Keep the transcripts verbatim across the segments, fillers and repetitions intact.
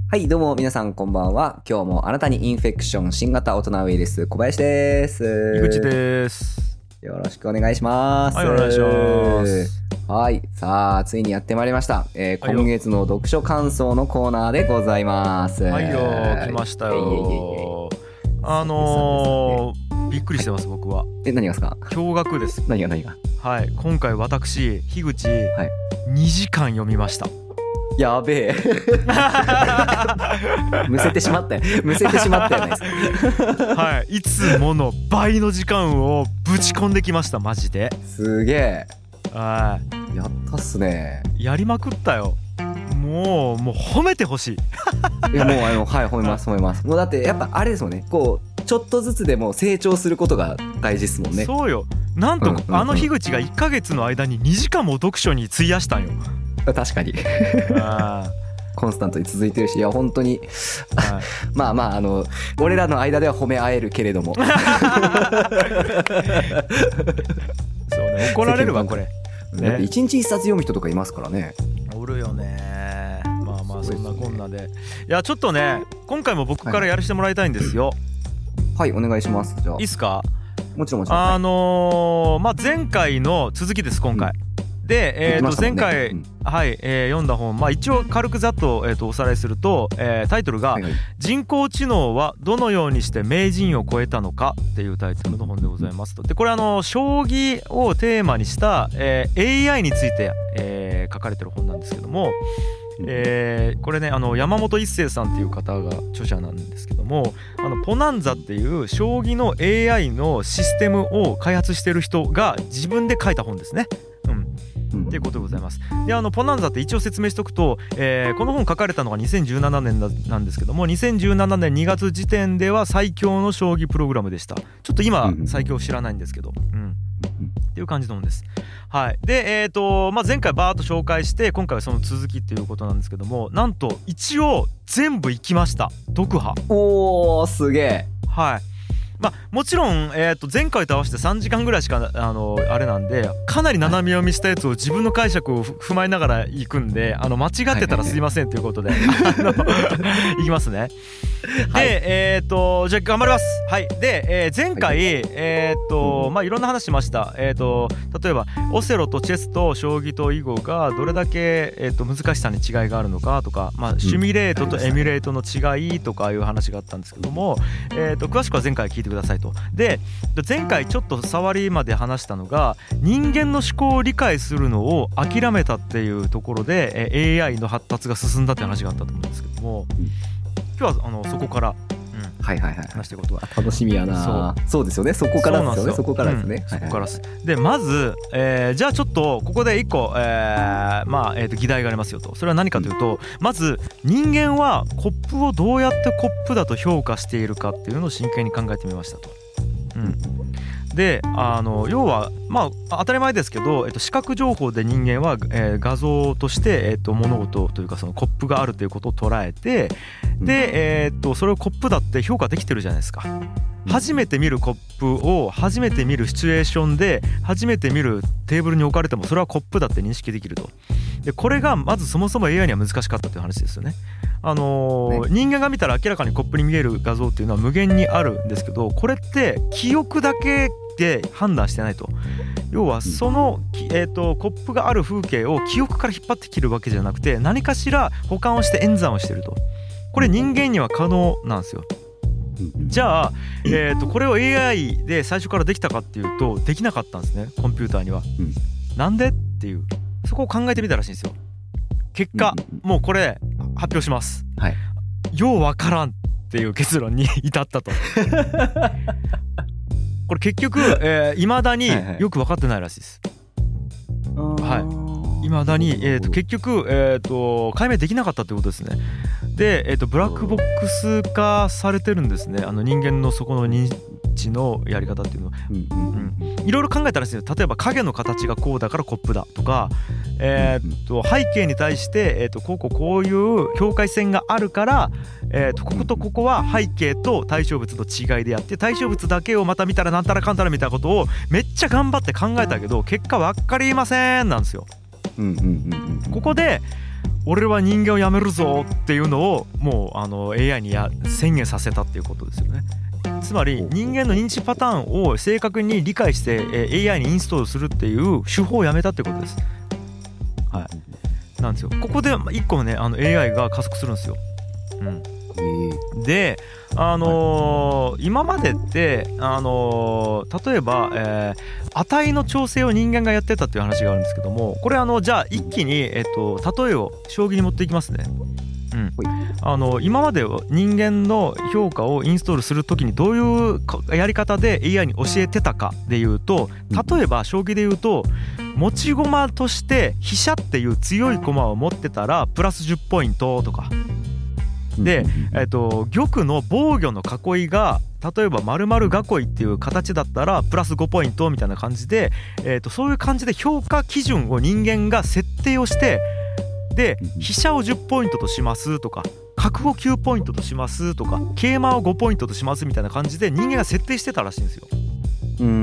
はいどうも皆さんこんばんは。今日もあなたにインフェクション新型大人ウイルス小林です。 井口です。 よろしくお願いします。 はいお願いします。 はい、さあついにやってまいりました、えー、今月の読書感想のコーナーでございます。 はいよ来ましたよ。あのー、びっくりしてます僕は。 え何がですか？ 驚愕です。 何が何が？ はい、今回私樋口、はい、にじかん読みました。 やべえむせてしまったよむせてしまったよねはい、いつもの倍の時間をぶち込んできましたマジで。 すげえ。 はい、 やったっすね。 やりまくったよ。もうもう褒めてほしい。 いやもうあのはい褒めます褒めます。もうだってやっぱあれですもんね、こうちょっとずつでも成長することが大事ですもんね。 そうよ。なんと、うんうんうん、あの樋口がいっかげつの間ににじかんも読書に費やしたんよ。 確かにあコンスタントに続いてるし、いや本当にまあまああの俺らの間では褒め合えるけれどもそうね、怒られるわこれ、 ね、だって一日一冊読む人とかいますからね。 おるよね。まあまあそんなこんなで、ね、いやちょっとね今回も僕からやらせてもらいたいんですよ。 はい、はい、お願いします。じゃあいいっすか？ もちろんもちろん。 あのー、まあ前回の続きです今回、うんで、えー、と前回、うんはいえー、読んだ本、まあ、一応軽くざっと、えー、とおさらいすると、えー、タイトルが、はいはい、人工知能はどのようにして名人を超えたのかっていうタイトルの本でございますと。でこれあの将棋をテーマにした、えー、エーアイ について、えー、書かれてる本なんですけども、えー、これねあの山本一成さんっていう方が著者なんですけども、あのポナンザっていう将棋の エーアイ のシステムを開発してる人が自分で書いた本ですね。っていうことでございます。であのポナンザって一応説明しておくと、えー、この本書かれたのがにせんじゅうななねんなんですけども、にせんじゅうななねんにがつ時点では最強の将棋プログラムでした。ちょっと今最強知らないんですけど、うん、っていう感じの本です。はい、で、えーとまあ、前回バーッと紹介して今回はその続きっていうことなんですけども、なんと一応全部行きました読破。 おーすげえ。 はいまあ、もちろん、えー、と前回と合わせてさんじかんぐらいしかあのあれなんで、かなり斜め読みしたやつを自分の解釈を踏まえながら行くんで、あの間違ってたらすいませんということで、はいはいはい、いきますね。で、はい、えっ、ー、とじゃあ頑張ります。はい。で、えー、前回、はい、えっ、ー、とまあいろんな話しました。えっ、ー、と例えばオセロとチェスと将棋と囲碁がどれだけ、えー、と難しさに違いがあるのかとか、まあ、シミュレートとエミュレートの違いとかいう話があったんですけども、えー、と詳しくは前回聞いてくださいと。で前回ちょっと触りまで話したのが、人間の思考を理解するのを諦めたっていうところで エーアイ の発達が進んだって話があったと思うんですけども、今日はあのそこから、うん、 はいはいはい、 話していくことは楽しみやな。そうそうですよね、そこからですよね。そこからですね、 うん、そこからです。でまず、えー、じゃあちょっとここで一個、えー、まあ、えーと議題がありますよと。それは何かというと、うん、まず人間はコップをどうやってコップだと評価しているかっていうのを真剣に考えてみましたと。うん、であの要はまあ当たり前ですけど、えっと、視覚情報で人間は、えー、画像として、えっと、物事というかそのコップがあるということを捉えて、で、えー、っとそれをコップだって評価できてるじゃないですか。初めて見るコップを初めて見るシチュエーションで初めて見るテーブルに置かれてもそれはコップだって認識できると。でこれがまずそもそも エーアイ には難しかったという話ですよね。あのーね、人間が見たら明らかにコップに見える画像っていうのは無限にあるんですけど、これって記憶だけで判断してないと。要はその、えーと、コップがある風景を記憶から引っ張ってきるわけじゃなくて、何かしら保管をして演算をしてると。これ人間には可能なんですよ。じゃあ、えーと、これを エーアイ で最初からできたかっていうとできなかったんですね、コンピューターには。なんでっていう、そこを考えてみたらしいんですよ。結果、もうこれ発表します、はい、ようわからんっていう結論に至ったとこれ結局、えー、未だによく分かってないらしいです。はい、未だに、えー、と結局、えー、と解明できなかったってことですね。で、えー、とブラックボックス化されてるんですね、あの人間のそこの認知のやり方っていうのは。いろいろ考えたらしいですよ。例えば影の形がこうだからコップだとか、えー、と背景に対して、えー、とこうこうこういう境界線があるから、えー、とこことここは背景と対象物の違いであって、対象物だけをまた見たらなんたらかんたらみたいなことをめっちゃ頑張って考えたけど結果分かりませんなんですよ。ここで俺は人間をやめるぞっていうのをもうあの エーアイ にや宣言させたっていうことですよね。つまり人間の認知パターンを正確に理解して エーアイ にインストールするっていう手法をやめたってことです。はい、なんですよ。ここで一個ねあの エーアイ が加速するんですよ。うん、で、あのー、今までってあのー、例えば、えー、値の調整を人間がやってたっていう話があるんですけども、これあのじゃあ一気に、えっと、例えを将棋に持っていきますね。うん、あの今まで人間の評価をインストールするときにどういうやり方で エーアイ に教えてたかでいうと、例えば将棋でいうと持ち駒として飛車っていう強い駒を持ってたらプラスじゅっポイントとかで、えー、と玉の防御の囲いが例えば丸々囲いっていう形だったらプラスごポイントみたいな感じで、えー、とそういう感じで評価基準を人間が設定をして、で飛車をじゅっポイントとしますとか角をきゅうポイントとしますとか桂馬をごポイントとしますみたいな感じで人間が設定してたらしいんですよ。うーん、うん、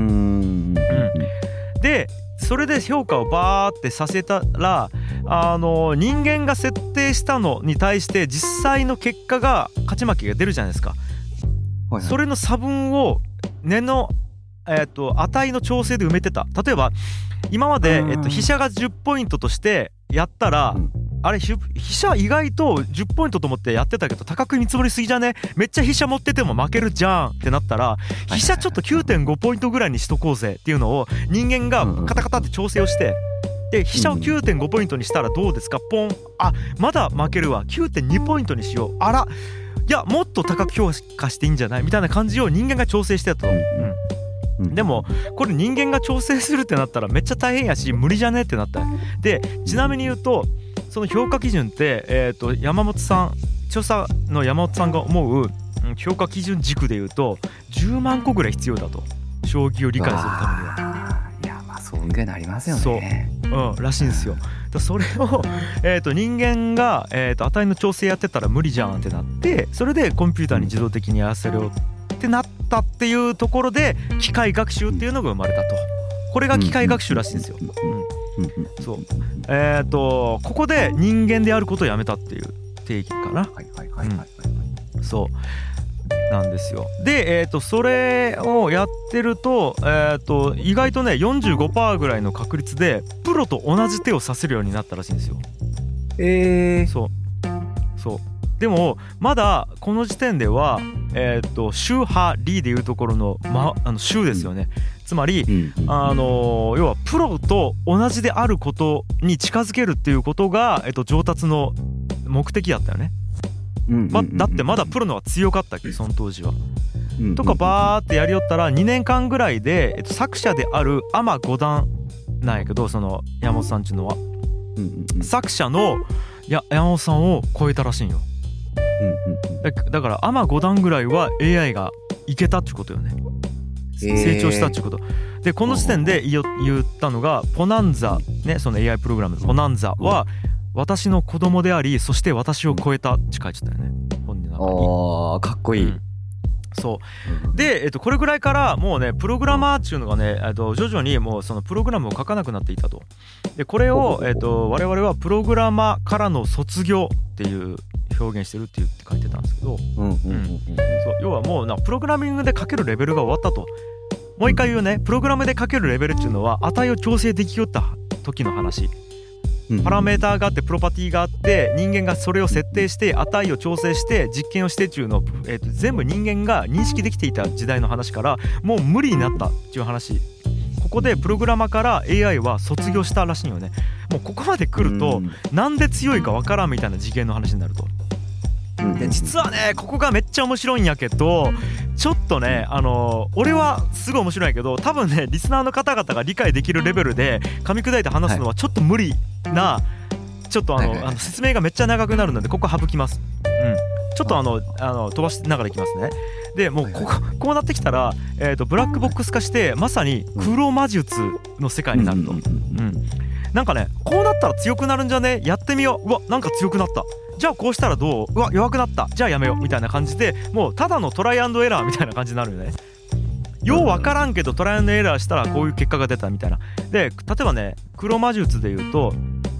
でそれで評価をバーってさせたら、あの人間が設定したのに対して実際の結果が勝ち負けが出るじゃないですか。はいはい、それの差分を根の、えー、と値の調整で埋めてた。例えば今まで、えー、と飛車がじゅっポイントとしてやったら、うん、あれ飛車意外とじゅっポイントと思ってやってたけど高く見積もりすぎじゃね、めっちゃ飛車持ってても負けるじゃんってなったら、飛車ちょっと きゅうてんご ポイントぐらいにしとこうぜっていうのを人間がカタカタって調整をして、で飛車を きゅうてんご ポイントにしたらどうですか、ポン、あまだ負けるわ きゅうてんに ポイントにしよう、あらいやもっと高く評価していいんじゃないみたいな感じを人間が調整してたと。うん、でもこれ人間が調整するってなったらめっちゃ大変やし無理じゃねってなった。でちなみに言うとその評価基準って、えー、と山本さん著者の山本さんが思う評価基準軸で言うとじゅうまんこぐらい必要だと、将棋を理解するためには。 いやまあそんぐらいなりますよね。 そう、うん、らしいんですよ。だそれを、えー、と人間が、えー、と値の調整やってたら無理じゃんってなって、それでコンピューターに自動的にやらせるってなったっていうところで機械学習っていうのが生まれたと。これが機械学習らしいんですよ。うん、そう、えーとここで人間であることをやめたっていう定義かな。はいはいはいはい、うん、そうなんですよ。で、えーとそれをやってると、えーと意外とね よんじゅうごパーセント ぐらいの確率でプロと同じ手を指せるようになったらしいんですよ。えー、そうそうでもまだこの時点では、えー、と周波リーでいうところの、ま、あの周ですよね。つまり、あの要はプロと同じであることに近づけるっていうことが、えー、と上達の目的だったよね。ま、だってまだプロの方が強かったっけその当時は。とかバーってやりよったらにねんかんぐらいで、えっと、作者であるアマ五段なんやけど、その山本さんちゅうのは作者のや山本さんを超えたらしいんよ。だ, だからアマ五段ぐらいは エーアイ がいけたってことよね。成長したってことで、この時点で言ったのがポナンザね、その エーアイ プログラムポナンザは私の子供であり、そして私を超えたって書いてたよね、本人の中に。あーかっこいい、うん、そうで、えっと、これぐらいからもうねプログラマーっていうのがね、えっと、徐々にもうそのプログラムを書かなくなっていたと。でこれを、えっと、我々はプログラマーからの卒業っていう表現してるって言って書いてたんですけど、そう要はもうなプログラミングで書けるレベルが終わったと。もう一回言うね、プログラムで書けるレベルっていうのは値を調整できよった時の話。パラメーターがあってプロパティがあって、人間がそれを設定して値を調整して実験をしてっていうのを、えー、と全部人間が認識できていた時代の話から、もう無理になったっていう話。ここでプログラマーから エーアイ は卒業したらしいよね。もうここまで来るとなんで強いかわからんみたいな次元の話になると。で実はねここがめっちゃ面白いんやけど、ちょっとねあの俺はすごい面白いんやけど、多分ねリスナーの方々が理解できるレベルで噛み砕いて話すのはちょっと無理な、ちょっとあの、はいはいはい、あの説明がめっちゃ長くなるのでここ省きます。うんちょっとあのあの飛ばしながらいきますね。でもうこここうなってきたら、えーと、ブラックボックス化してまさに黒魔術の世界になると。うんなんかねこうなったら強くなるんじゃね、やってみよう、うわなんか強くなった、じゃあこうしたらどう、うわ弱くなった、じゃあやめようみたいな感じで、もうただのトライアンドエラーみたいな感じになるよね。よう分からんけどトライアンドエラーしたらこういう結果が出たみたいな。で例えばね黒魔術で言うと、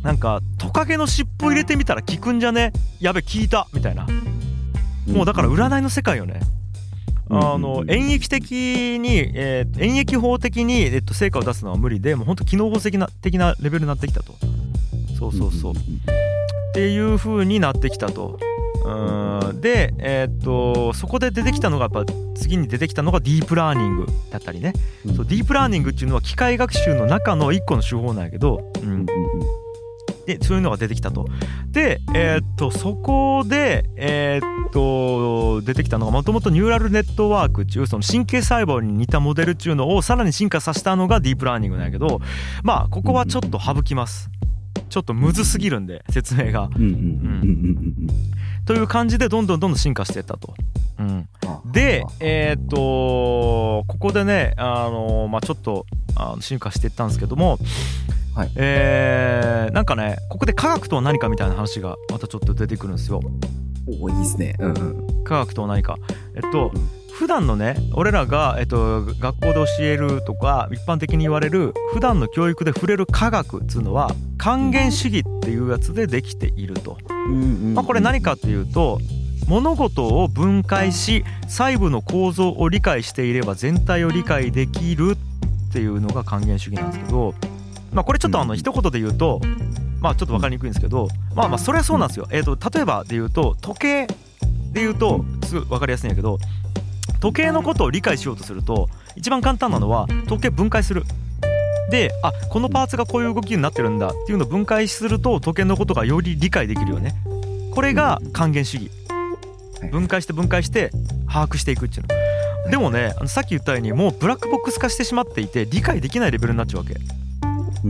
なんかトカゲの尻尾入れてみたら効くんじゃね、やべ聞いたみたいな、もうだから占いの世界よね。あの演疫的に、えー、演疫法的に、えっと、成果を出すのは無理で、もうほんと機能法的な的なレベルになってきたと。そうそうそうっていう風になってきたと。うーんで、えー、っとそこで出てきたのがやっぱ次に出てきたのがディープラーニングだったりね、そうディープラーニングっていうのは機械学習の中の一個の手法なんやけど、うん、でそういうのが出てきたと。で、えー、っとそこで、えー、っと出てきたのがもともとニューラルネットワークっていうその神経細胞に似たモデルっていうのをさらに進化させたのがディープラーニングなんやけど、まあここはちょっと省きます。ちょっとむずすぎるんで説明が、うん、という感じでどんどんどんどん進化していったと、うん、でえー、っとここでねあの、まあ、ちょっとあの進化していったんですけども、はい、えー、なんかねここで科学とは何かみたいな話がまたちょっと出てくるんですよ。 おいいですね、うんうん、 科学とは何か、えっと普段のね俺らが、えっと、学校で教えるとか一般的に言われる普段の教育で触れる科学っつうのは還元主義っていうやつでできていると、まあ、これ何かっていうと物事を分解し細部の構造を理解していれば全体を理解できるっていうのが還元主義なんですけど、まあこれちょっとあの一言で言うとまあちょっと分かりにくいんですけど、まあまあそれはそうなんですよ。えっと例えばで言うと時計で言うとすぐ分かりやすいんやけど、時計のことを理解しようとすると一番簡単なのは時計分解する。で、あこのパーツがこういう動きになってるんだっていうのを分解すると時計のことがより理解できるよね。これが還元主義。分解して分解して把握していくっていうの。でもね、あのさっき言ったようにもうブラックボックス化してしまっていて理解できないレベルになっちゃうわけ。うん、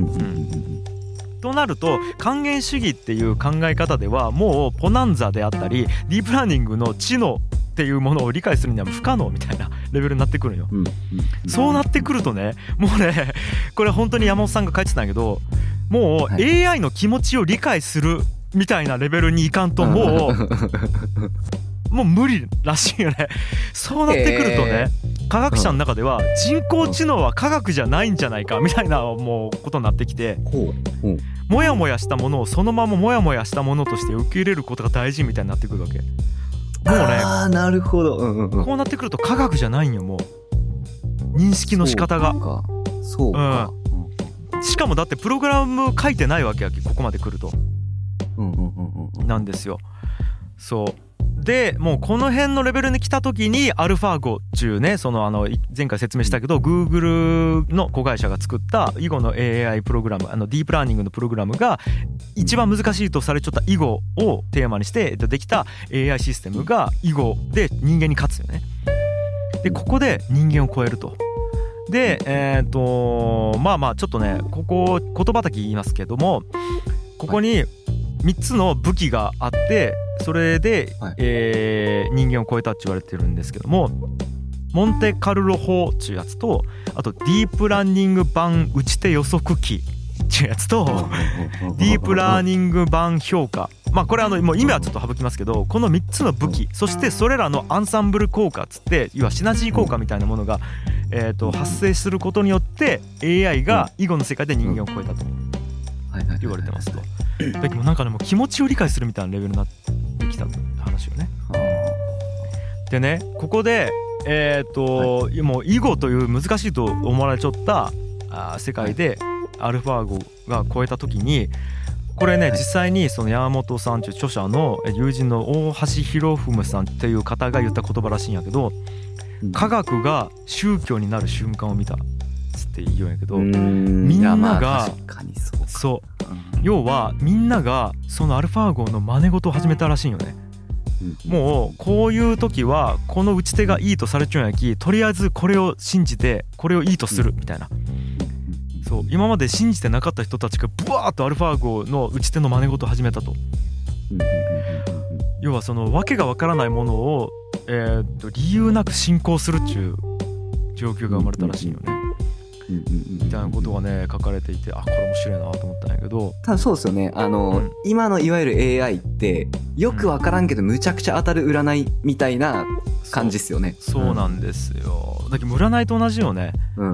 となると還元主義っていう考え方ではもうポナンザであったりディープラーニングの知能っていうものを理解するには不可能みたいなレベルになってくるんよ、うんうんうん、そうなってくるとねもうねこれ本当に山本さんが書いてたんやけどもう エーアイ の気持ちを理解するみたいなレベルにいかんともうもう無理らしいよね。そうなってくるとね、科学者の中では人工知能は科学じゃないんじゃないかみたいなもうことになってきて、もやもやしたものをそのままもやもやしたものとして受け入れることが大事みたいになってくるわけ。もうね、 あーなるほど、うんうんうん、 こうなってくると科学じゃないんよ。もう認識の仕方がそうかそうか、 うん、しかもだってプログラム書いてないわけやけここまで来ると、 うんうんうんうん、 なんですよ。そうでもうこの辺のレベルに来た時にアルファゴっていうね、そのあの前回説明したけど Google の子会社が作った囲碁の エーアイ プログラム、あのディープラーニングのプログラムが一番難しいとされちゃった囲碁をテーマにしてできた エーアイ システムが囲碁で人間に勝つよね。でここで人間を超えると。でえっとまあまあちょっとねここ言葉だけ言いますけども、ここにみっつの武器があってそれで、はいえー、人間を超えたって言われてるんですけども、モンテカルロ法っていうやつと、あとディープラーニング版打ち手予測器っていうやつとディープラーニング版評価、まあこれあのもう意味はちょっと省きますけど、このみっつの武器、そしてそれらのアンサンブル効果っつって要はシナジー効果みたいなものが、えー、と発生することによって エーアイ が囲碁の世界で人間を超えたと言われてますと。だけどなんかねもう気持ちを理解するみたいなレベルになってきたって話よね。でねここでえっと、はい、もう囲碁という難しいと思われちゃったあ世界でアルファ碁が超えた時にこれね、はい、実際にその山本さんという著者の友人の大橋博文さんっていう方が言った言葉らしいんやけど、うん、科学が宗教になる瞬間を見たつって言うんやけど、みんながそう、うん、要はみんながそのアルファ号の真似事を始めたらしいよね、うん、もうこういう時はこの打ち手がいいとされちゃうんやきとりあえずこれを信じてこれをいいとするみたいな、うん、そう今まで信じてなかった人たちがブワーッとアルファ号の打ち手の真似事を始めたと、うん、要はその訳がわからないものを、えー、っと理由なく信仰するっていう状況が生まれたらしいよね、みたいなことがね書かれていて、あこれ面白いなと思ったんやけど、 多分そうですよね。あの、うん、今のいわゆる エーアイ ってよく分からんけどむちゃくちゃ当たる占いみたいな感じですよね。 そう、そうなんですよ。だけど占いと同じよね、 うん、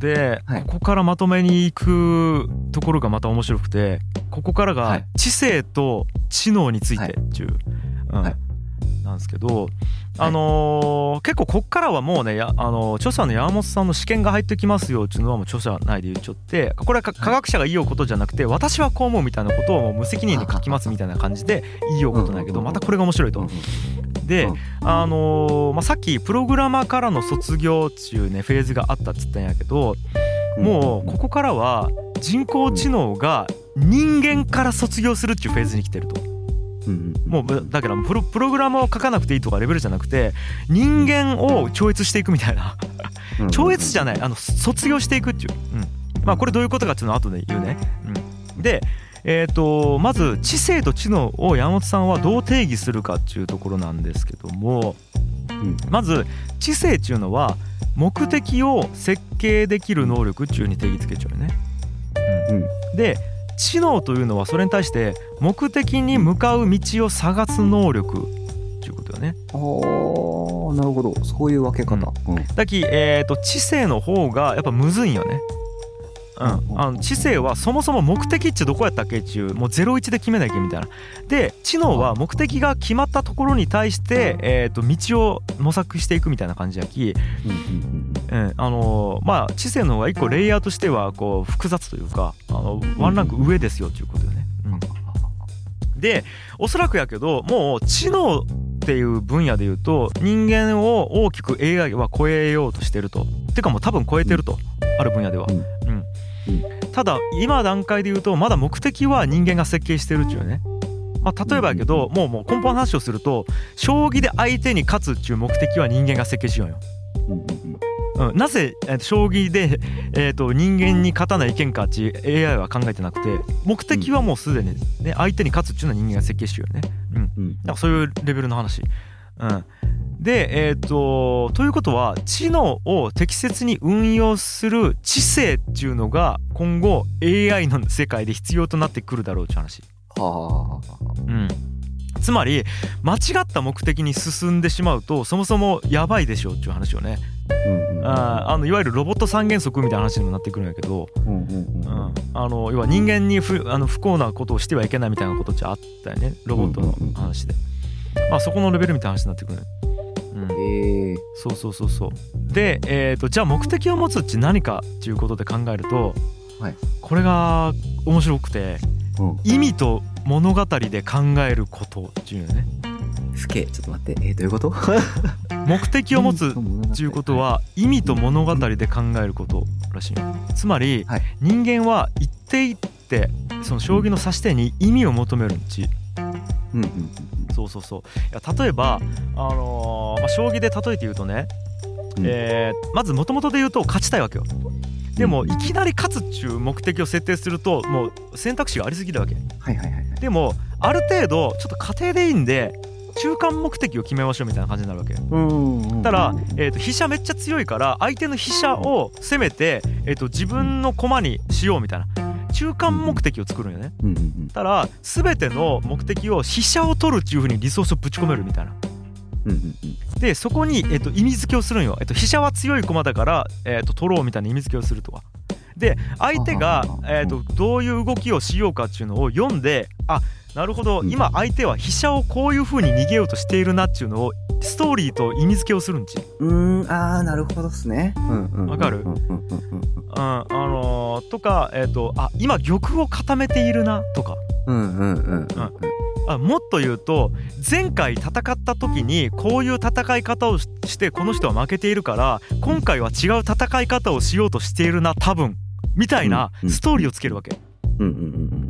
で、 はいここからまとめに行くところがまた面白くて、ここからがはい知性と知能についてっていう、うんはいなんですけど、あのー結構こっからはもうね、やあの著者の山本さんの試験が入ってきますよっていうのはもう著者内で言っちゃって、これはか科学者が言いようことじゃなくて、私はこう思うみたいなことをもう無責任に書きますみたいな感じで言いようことなんだけど、またこれが面白いと。で、あのーまあ、さっきプログラマーからの卒業っていうねフェーズがあったっつったんやけど、もうここからは人工知能が人間から卒業するっていうフェーズに来てると。もうだからプロ、プログラムを書かなくていいとかレベルじゃなくて、人間を超越していくみたいな超越じゃない、あの卒業していくっていう、うん、まあこれどういうことかっていうのは後で言うね、うん、でえーとまず知性と知能を山本さんはどう定義するかっていうところなんですけども、まず知性っていうのは目的を設計できる能力っていう風に定義つけちゃうよね、うん、で知能というのはそれに対して目的に向かう道を探す能力っていうことよね。 ああ、なるほど、そういう分け方、 うんうん、だき、えーと知性の方がやっぱむずいんよね。うん、あの知性はそもそも目的ってどこやったっけっていうもうゼロイチで決めなきゃみたいな。で知能は目的が決まったところに対して、えー、と道を模索していくみたいな感じやき、うん、あのー、まあ知性の方が一個レイヤーとしてはこう複雑というか、あのワンランク上ですよっていうことよね、うん、でおそらくやけどもう知能っていう分野で言うと人間を大きく エーアイ は超えようとしてると。てかもう多分超えてると、ある分野では、うんうん、ただ今段階で言うとまだ目的は人間が設計してるっていうね。まあ、例えばやけど、もうもう根本の話をすると将棋で相手に勝つっていう目的は人間が設計しようよ、うん、なぜ、えー、将棋で、えー、と人間に勝たないけんかって エーアイ は考えてなくて、目的はもうすでに、ね、相手に勝つっていうのは人間が設計しようよね、うん、だからそういうレベルの話、うん、でえっ、ー、とということは知能を適切に運用する知性っていうのが今後 エーアイ の世界で必要となってくるだろうって話。はあ、うん、つまり間違った目的に進んでしまうとそもそもやばいでしょっていう話よね、うんうん、ああのいわゆるロボット三原則みたいな話にもなってくるんやけど、うんうんうんうん、あの要は人間に不、あの不幸なことをしてはいけないみたいなことってあったよね、ロボットの話で、まあ、そこのレベルみたいな話になってくる、うん、えー、そうそうそうそうで、えーと、じゃあ目的を持つって何かっていうことで考えると、はい、これが面白くて、うん、意味と物語で考えることっていうね。 すげえ、ちょっと待って、えー、どういうこと目的を持つっていうことは意味と物語で考えることらしいよ。つまり、はい、人間は一手一手その将棋の指し手に意味を求めるんち、うんうんうん、そうそうそう。いや例えば、あのーまあ、将棋で例えて言うとね、うん、えー、まず元々で言うと勝ちたいわけよ。でもいきなり勝つっちゅう目的を設定するともう選択肢がありすぎるわけ、はいはいはいはい、でもある程度ちょっと過程でいいんで中間目的を決めましょうみたいな感じになるわけ。ただ、えーと、飛車めっちゃ強いから相手の飛車を攻めて、えーと、自分の駒にしようみたいな中間目的を作るんよね。ただ全ての目的を飛車を取るっていう風にリソースをぶち込めるみたいな。でそこに、えーと、意味付けをするんよ、えーと、飛車は強い駒だから、えーと、取ろうみたいな意味付けをするとかで相手が、えーと、どういう動きをしようかっていうのを読んで、あ、なるほど、今相手は飛車をこういう風に逃げようとしているなっていうのをストーリーと意味付けをするんち。 うーん、あー、なるほどですね。 わかる？うん、あのー、とか、えっと、あ、今玉を固めているなとか。うんうんうんうん。あ、もっと言うと前回戦った時にこういう戦い方をしてこの人は負けているから今回は違う戦い方をしようとしているな多分みたいなストーリーをつけるわけ。うんうんうんうん。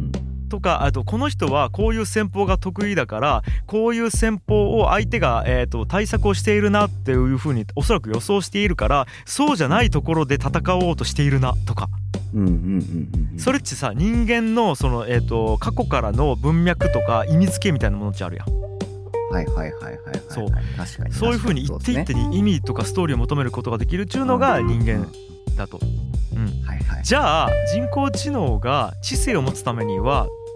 とか、あとこの人はこういう戦法が得意だからこういう戦法を相手が、えーと対策をしているなっていう風におそらく予想しているからそうじゃないところで戦おうとしているなとか、うんうんうんうん、それってさ人間のその、えーと過去からの文脈とか意味付けみたいなものってあるやん。はいはいはいはいはい、そう、確かにそういう風に一手一手に意味とかストーリーを求めることができるっていうのが人間だと。うん、はいはい、じゃあ人工知能が知性を持つためには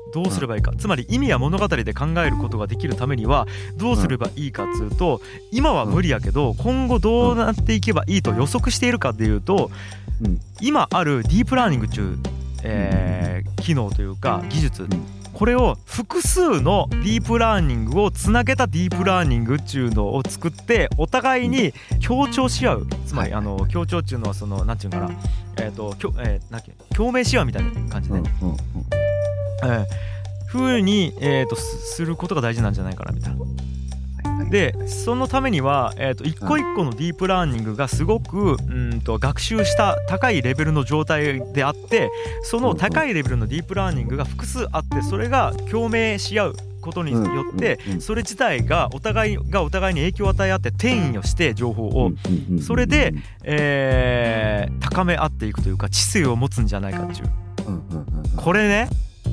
どうすればいいか、つまり意味や物語で考えることができるためにはどうすればいいかっつうと、今は無理やけど今後どうなっていけばいいと予測しているかっていうと、今あるディープラーニング中、えー、機能というか技術、これを複数のディープラーニングをつなげたディープラーニングっていうのを作ってお互いに強調し合う、つまりあの強調っていうのはそのなんていうかな、えっとえー、なんていう共鳴し合うみたいな感じで、えー、ふうに、えー、と す, することが大事なんじゃないかなみたいな。でそのためには、えー、と一個一個のディープラーニングがすごくうんと学習した高いレベルの状態であって、その高いレベルのディープラーニングが複数あって、それが共鳴し合うことによってそれ自体がお互いがお互いに影響を与え合って転移をして情報をそれで、えー、高め合っていくというか知性を持つんじゃないかっていう、これね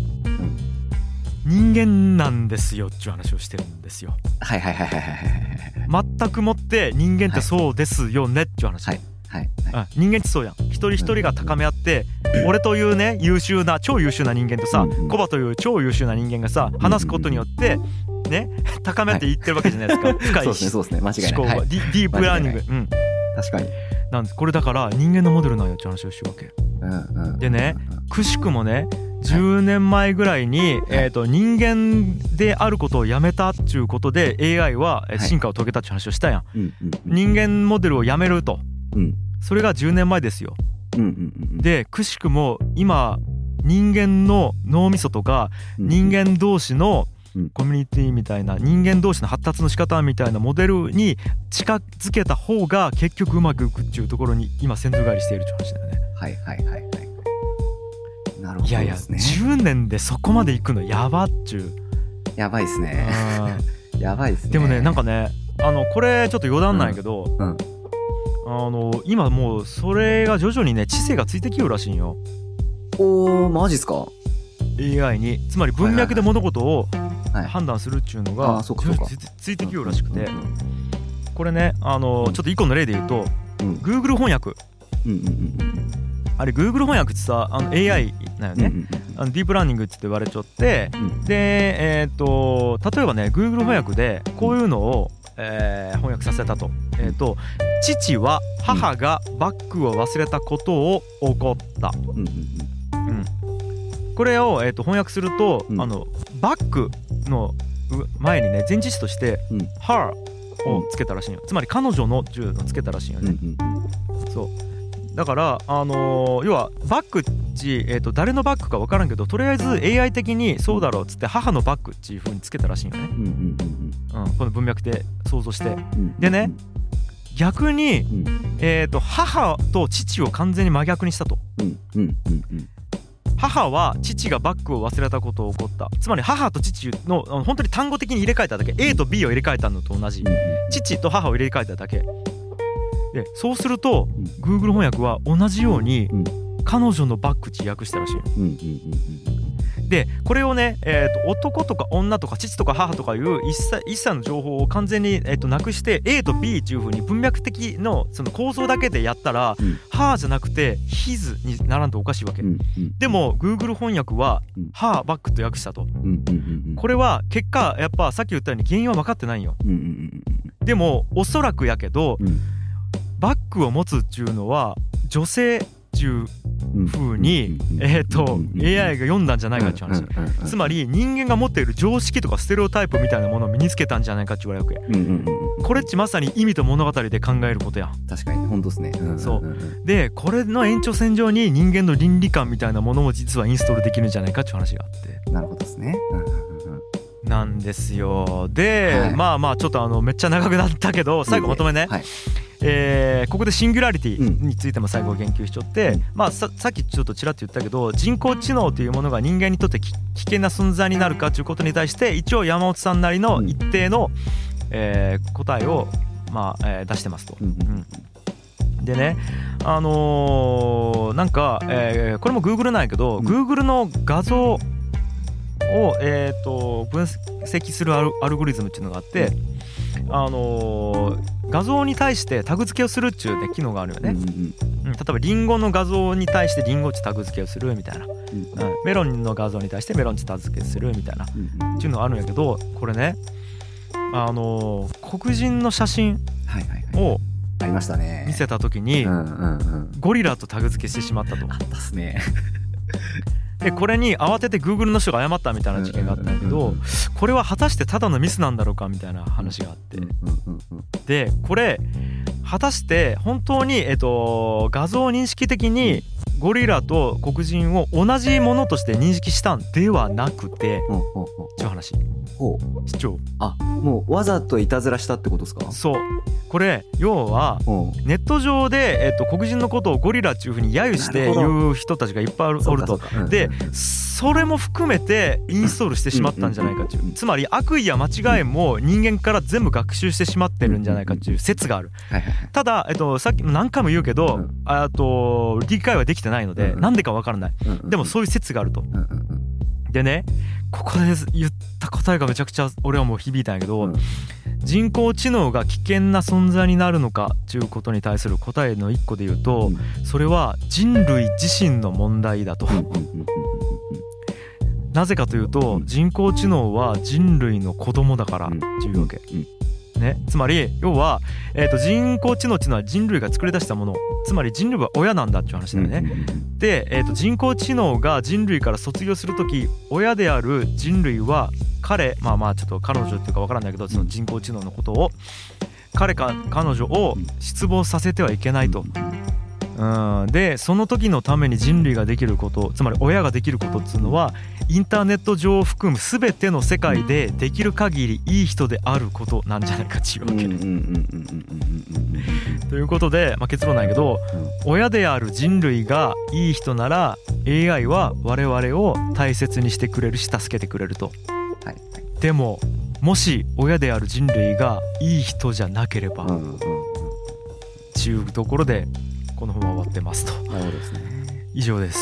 人間なんですよっていう話をしてるんですよ。 はいはいはいはいはい。 全くもって人間ってそうですよねっていう話。はいはいはい、人間ってそうやん。一人一人が高め合って、俺というね優秀な超優秀な人間とさ、コバという超優秀な人間がさ話すことによってね高め合っていってるわけじゃないですか。深い思考がディープラーニング。うん。 確かに。 なんです。これだから人間のモデルなんよって話をしてるわけ。でね、くしくもね。じゅうねんまえぐらいに、はいえー、と人間であることをやめたっていうことで エーアイ は進化を遂げたっていう話をしたやん、はい、人間モデルをやめると、うん、それがじゅうねんまえですよ、うんうんうん、でくしくも今人間の脳みそとか人間同士のコミュニティみたいな人間同士の発達の仕方みたいなモデルに近づけた方が結局うまくいくっていうところに今先祖返りしているっていう話だよね。 はいはいはいはい。なるほどですね。いやいやじゅうねんでそこまで行くのやばっちゅう。 やばいですね。やばいですね。 でもねなんかねあのこれちょっと余談なんやけど、うんうん、あの今もうそれが徐々にね知性がついてきよるらしいんよ。 おーマジっすか。 エーアイ につまり文脈で物事を判断するっちゅうのが徐々についてきよるらしくて、これねあのちょっと一個の例で言うと、うん、Google 翻訳、うんうんうんうんあれ Google 翻訳ってさあの エーアイ だよね、うんうんうん、あのディープラーニングって言われちゃって、うん、で、えー、と例えばね Google 翻訳でこういうのを、えー、翻訳させたと、えー、と父は母がバッグを忘れたことを怒った、うんうんうん、これを、えー、と翻訳すると、うん、あのバッグの前にね前置詞として、うん、her をつけたらしいよ。つまり彼女のっていうのをつけたらしいよね、うんうん、そうだから、あのー、要はバッグっち、えーと、誰のバッグか分からんけどとりあえず エーアイ 的にそうだろうっつって母のバッグっていう風につけたらしいよね、うんうんうんうん、この文脈で想像して、うん、でね逆に、うんえーと、母と父を完全に真逆にしたと、うんうんうんうん、母は父がバッグを忘れたことを怒った。つまり母と父の本当に単語的に入れ替えただけ A と B を入れ替えたのと同じ、うんうん、父と母を入れ替えただけでそうすると、うん、Google 翻訳は同じように、うん、彼女のバッグって訳したらしい、うんうんうん、でこれをね、えーと、男とか女とか父とか母とかいう一切、一切の情報を完全に、えーと、なくして A と B っていう風に文脈的のその構造だけでやったら、うん、母じゃなくて His にならんとおかしいわけ、うんうん、でも Google 翻訳は、うん、母バッグと訳したと、うんうんうん、これは結果やっぱさっき言ったように原因は分かってないよ、うんうんうん、でもおそらくやけど、うんバッグを持つっていうのは女性っていう風にえっと エーアイ が読んだんじゃないかっていう話。つまり人間が持っている常識とかステレオタイプみたいなものを身につけたんじゃないかって言われるわけ。これっちまさに意味と物語で考えることやん。 確かに本当ですね。 そうでこれの延長線上に人間の倫理観みたいなものも実はインストールできるんじゃないかっていう話があって。 なるほどですね。 なんですよ。で、はい、まあまあちょっとあのめっちゃ長くなったけど最後まとめね、はいえー、ここでシンギュラリティについても最後言及しちゃって、うんまあ、さ, さっきちょっとちらっと言ったけど人工知能というものが人間にとって危険な存在になるかということに対して一応山本さんなりの一定の、えー、答えを、まあえー、出してますと、うんうん、でねあのー、なんか、えー、これも Google なんやけど、うん、Google の画像を、えー、と分析するアル、アルゴリズムっていうのがあってあのー画像に対してタグ付けをするっていう、ね、機能があるよね、うんうんうん、例えばリンゴの画像に対してリンゴってタグ付けをするみたいな、うんうん、メロンの画像に対してメロンってタグ付けするみたいな、うんうん、っていうのがあるんやけど、これねあのー、黒人の写真をありましたね見せた時にゴリラとタグ付けしてしまったと。 あったっすねでこれに慌てて Google の人が謝ったみたいな事件があったんだけど、これは果たしてただのミスなんだろうかみたいな話があって、でこれ果たして本当に、えっと、画像認識的にゴリラと黒人を同じものとして認識したんではなくて、っていう話。 ほう、 主張。 あ、もうわざといたずらしたってことですか？ そう、これ要はネット上で、えっと、黒人のことをゴリラっていう風に揶揄して言う人たちがいっぱいおると、でそれも含めてインストールしてしまったんじゃないかっていう、つまり悪意や間違いも人間から全部学習してしまってるんじゃないかっていう説がある。ただ、えっと、さっき何回も言うけど、あと理解はできてないのでなんでかわからない。でもそういう説があると。でね、ここで言った答えがめちゃくちゃ俺はもう響いたんやけど、うん、人工知能が危険な存在になるのかということに対する答えの一個で言うと、うん、それは人類自身の問題だと、うん、なぜかというと、人工知能は人類の子供だからっていうわけ、ね、つまり要は、えーと、人工知能っていうのは人類が作り出したもの、つまり人類は親なんだっていう話だよね、うんうんうん、で、えーと、人工知能が人類から卒業するとき、親である人類は彼、まあまあちょっと彼女っていうか分からないけど、その人工知能のことを彼か彼女を失望させてはいけないと、うん、でその時のために人類ができること、つまり親ができることっていうのはインターネット上を含む全ての世界でできる限りいい人であることなんじゃないかっていうわけということで、まあ、結論なんやけど、親である人類がいい人なら エーアイ は我々を大切にしてくれるし助けてくれると、はい、でももし親である人類がいい人じゃなければ、うんうん、っていうところでこの本は終わってますと。 なるほどですね。 以上です。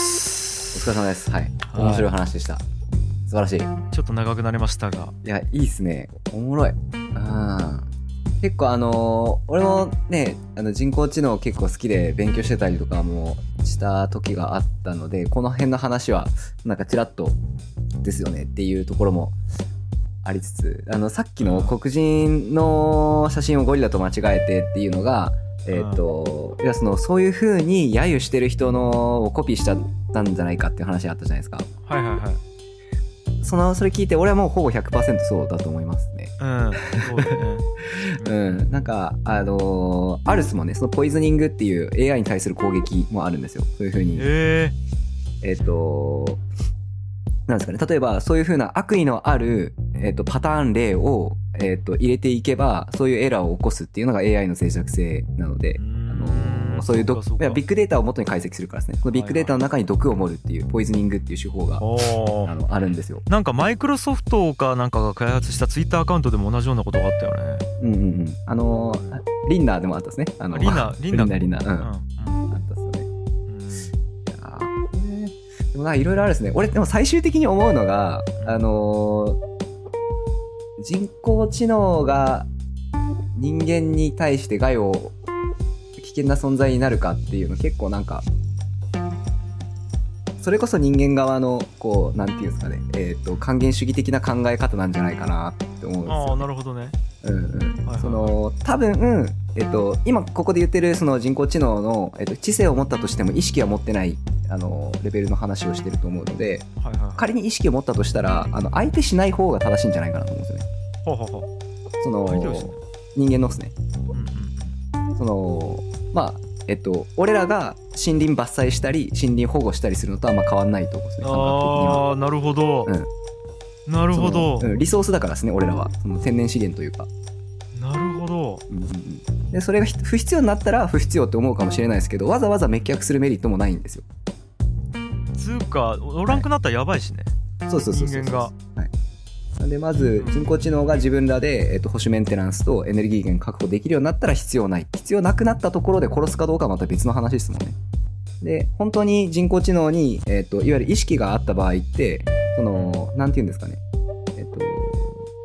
お疲れ様です。はい。面白い話でした。素晴らしい。 ちょっと長くなりましたが。 いや、いいっすね。おもろい。あ結構あのー、俺もね、あの人工知能結構好きで勉強してたりとかもした時があったので、この辺の話はなんかちらっとですよねっていうところもありつつ、あのさっきの黒人の写真をゴリラと間違えてっていうのが、えーと、いやそのそういう風に揶揄してる人のをコピーしちゃったんじゃないかっていう話あったじゃないですか。 はいはいはい。 そのそれ聞いて俺はもうほぼ ひゃくパーセント そうだと思いますね。 うん、そうだね。 うん、なんかあのー、あるっすもんね。そのポイズニングっていう エーアイ に対する攻撃もあるんですよ。そういう風に。 えー、えっ、ー、となんですかね。例えばそういう風な悪意のあるえっとパターン例をえっと入れていけばそういうエラーを起こすっていうのが エーアイ の脆弱性なので、あのー、そういう毒、いやビッグデータを元に解析するからですね。そのビッグデータの中に毒を盛るっていうポイズニングっていう手法が、はいはい、あのあるんですよ。 なんかマイクロソフトかなんかが開発したツイッターアカウントでも同じようなことがあったよね。 うんうんうん。あのー、リンナーでもあったですね。あのリンナーリンナーリンナー、うん、うん、あったっすよね。うん、いやー、でもないろいろあるですね。俺でも最終的に思うのがあのー人工知能が人間に対して害を危険な存在になるかっていうの結構なんかそれこそ人間側のこうなんていうんですかね、えーと還元主義的な考え方なんじゃないかなって思うんですよ、ね。ああ、 なるほどね。 うんうん。はいはい、その多分えっと今ここで言ってるその人工知能のえっと知性を持ったとしても意識は持ってないあのレベルの話をしてると思うので、はいはい、仮に意識を持ったとしたらあの相手しない方が正しいんじゃないかなと思うんですよね。 ほうほうほう。 その人間のですね、うんうん、そのまあえっと俺らが森林伐採したり森林保護したりするのとはまあ変わんないと思うんですね。 ああ、なるほど、うん、なるほど、 うん、リソースだからですね。俺らはその天然資源というか。 なるほど、 うんうん、でそれが不必要になったら不必要って思うかもしれないですけど、わざわざ滅却するメリットもないんですよ。 つうかおらんくなったらやばいしね、 はい、そうそうそうそう、 人間が、 はい、でまず人工知能が自分らで、えっと、保守メンテナンスとエネルギー源確保できるようになったら必要ない。必要なくなったところで殺すかどうかはまた別の話ですもんね。で本当に人工知能に、えっと、いわゆる意識があった場合ってそのなんていうんですかね、えっと、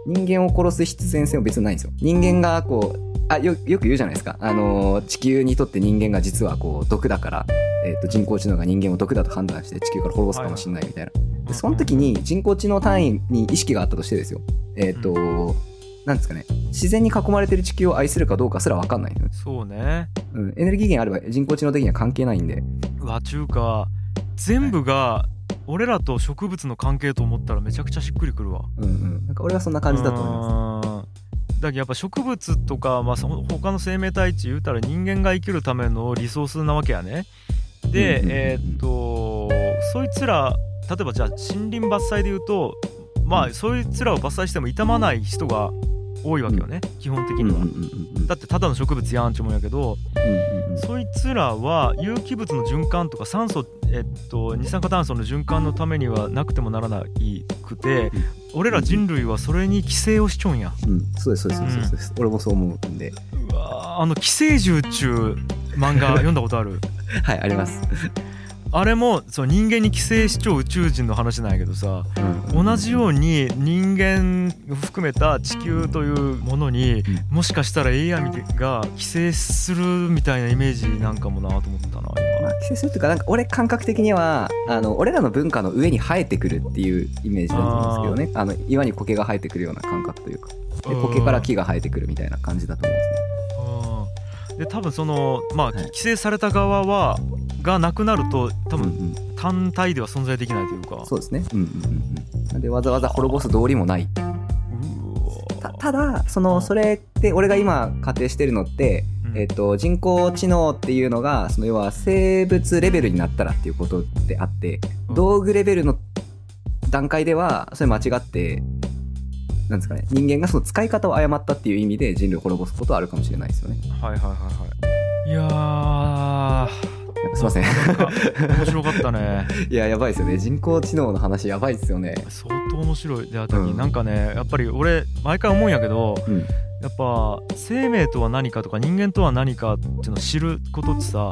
人間を殺す必然性は別にないんですよ。人間がこうあ よ, よく言うじゃないですか、あのー、地球にとって人間が実はこう毒だから、えー、と人工知能が人間を毒だと判断して地球から滅ぼすかもしれないみたいな、はい、でその時に人工知能単位に意識があったとしてですよ、えっ、ー、と、うん、なんですかね、自然に囲まれてる地球を愛するかどうかすら分かんないんですよ。 そうね、 うん、エネルギー源あれば人工知能的には関係ないんで。 うわちゅうか全部が俺らと植物の関係と思ったらめちゃくちゃしっくりくるわ。 うんうん、なんか俺はそんな感じだと思います。 だけどやっぱ植物とか、まあ、他の生命体値言うたら人間が生きるためのリソースなわけやね。で、えー、っとそいつら例えばじゃあ森林伐採で言うと、まあそいつらを伐採しても傷まない人が多いわけよね、うん、基本的には、うんうんうん、だってただの植物やんちゅうもんやけど、うんうん、そいつらは有機物の循環とか酸素、えっと、二酸化炭素の循環のためにはなくてもならないくて、うん、俺ら人類はそれに寄生をしちょんや、 うん、そうですそうですそうです、うん、俺もそう思うんで。 うわあの寄生獣っちゅう漫画読んだことある？ はいあります。 あれもそう人間に寄生しちゃう宇宙人の話なんやけどさ、うん、同じように人間を含めた地球というものに、うん、もしかしたら エーアイ が寄生するみたいなイメージなんかもなと思ったな今、 まあ、寄生するっていうか、なんか俺感覚的にはあの俺らの文化の上に生えてくるっていうイメージだと思うんですけどね。あの岩に苔が生えてくるような感覚というか、で苔から木が生えてくるみたいな感じだと思うんですね。 で多分そのまあ、はい、規制された側はがなくなると多分、うんうん、単体では存在できないというか。 そうですね、うんうんうん、でわざわざ滅ぼす道理もない。た, ただそのそれって俺が今仮定してるのって、うん、えー、と人工知能っていうのがその要は生物レベルになったらっていうことであって、うん、道具レベルの段階ではそれ間違ってなんですかね、人間がその使い方を誤ったっていう意味で人類を滅ぼすことはあるかもしれないですよね。 はいはいはいはい。いやーすいません面白かったね。 いややばいですよね、人工知能の話やばいですよね。 相当面白い。であたり、うん、なんかねやっぱり俺毎回思うんやけど、うん、やっぱ生命とは何かとか人間とは何かっていうのを知ることってさ、はい、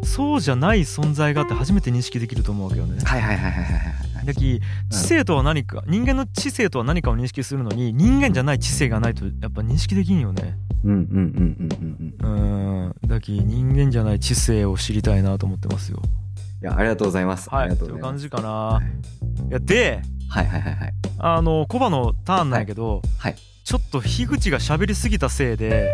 そうじゃない存在があって初めて認識できると思うわけよね。 はいはいはいはいはい。 だき知性とは何か、うん、人間の知性とは何かを認識するのに人間じゃない知性がないとやっぱ認識できんよね。 うんうんうんうんうん。 うんだき人間じゃない知性を知りたいなと思ってますよ。 いやありがとうございます。 はい、 ありがとうございます。 という感じかな。はい、いやで、はいはいはいはい。あのコバのターンなんやけど、はいはい、ちょっと樋口が喋りすぎたせいで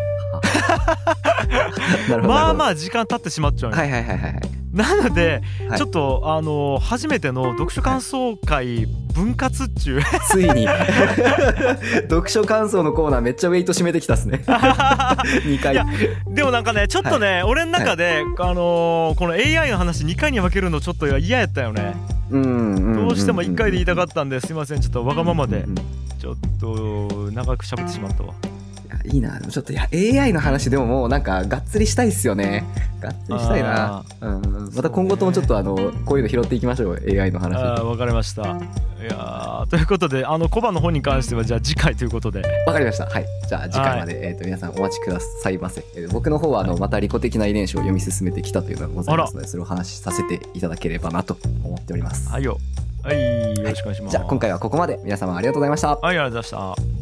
まあまあ時間経ってしまっちゃうよ。 はいはいはいはい。 なので、はい、ちょっとあの初めての読書感想会分割っちゅう、はい、 ついに読書感想のコーナーめっちゃウェイト締めてきたっすねにかい。いやでもなんかねちょっとね、はい、俺の中で、はい、あのー、この エーアイ の話にかいに分けるのちょっと嫌やったよね。うんどうしてもいっかいで言いたかったんですいません、ちょっとわがままでちょっと長く喋ってしまったわ。 いいな、ちょっといや エーアイ の話でももうなんかがっつりしたいっすよね。がっつりしたいな、うん、また今後ともちょっとあのこういうの拾っていきましょう エーアイ の話。 あわかりました。いやということであのコバの方に関してはじゃあ次回ということで。 わかりました。はいじゃあ次回まで、はい、えー、と皆さんお待ちくださいませ。えー、僕の方はあのまた利己的な遺伝子を読み進めてきたというのがございますので、それをお話しさせていただければなと思っております。 はいよ、はい、よろしくお願いします。 はい、じゃあ今回はここまで。皆様ありがとうございました。 はいありがとうございました。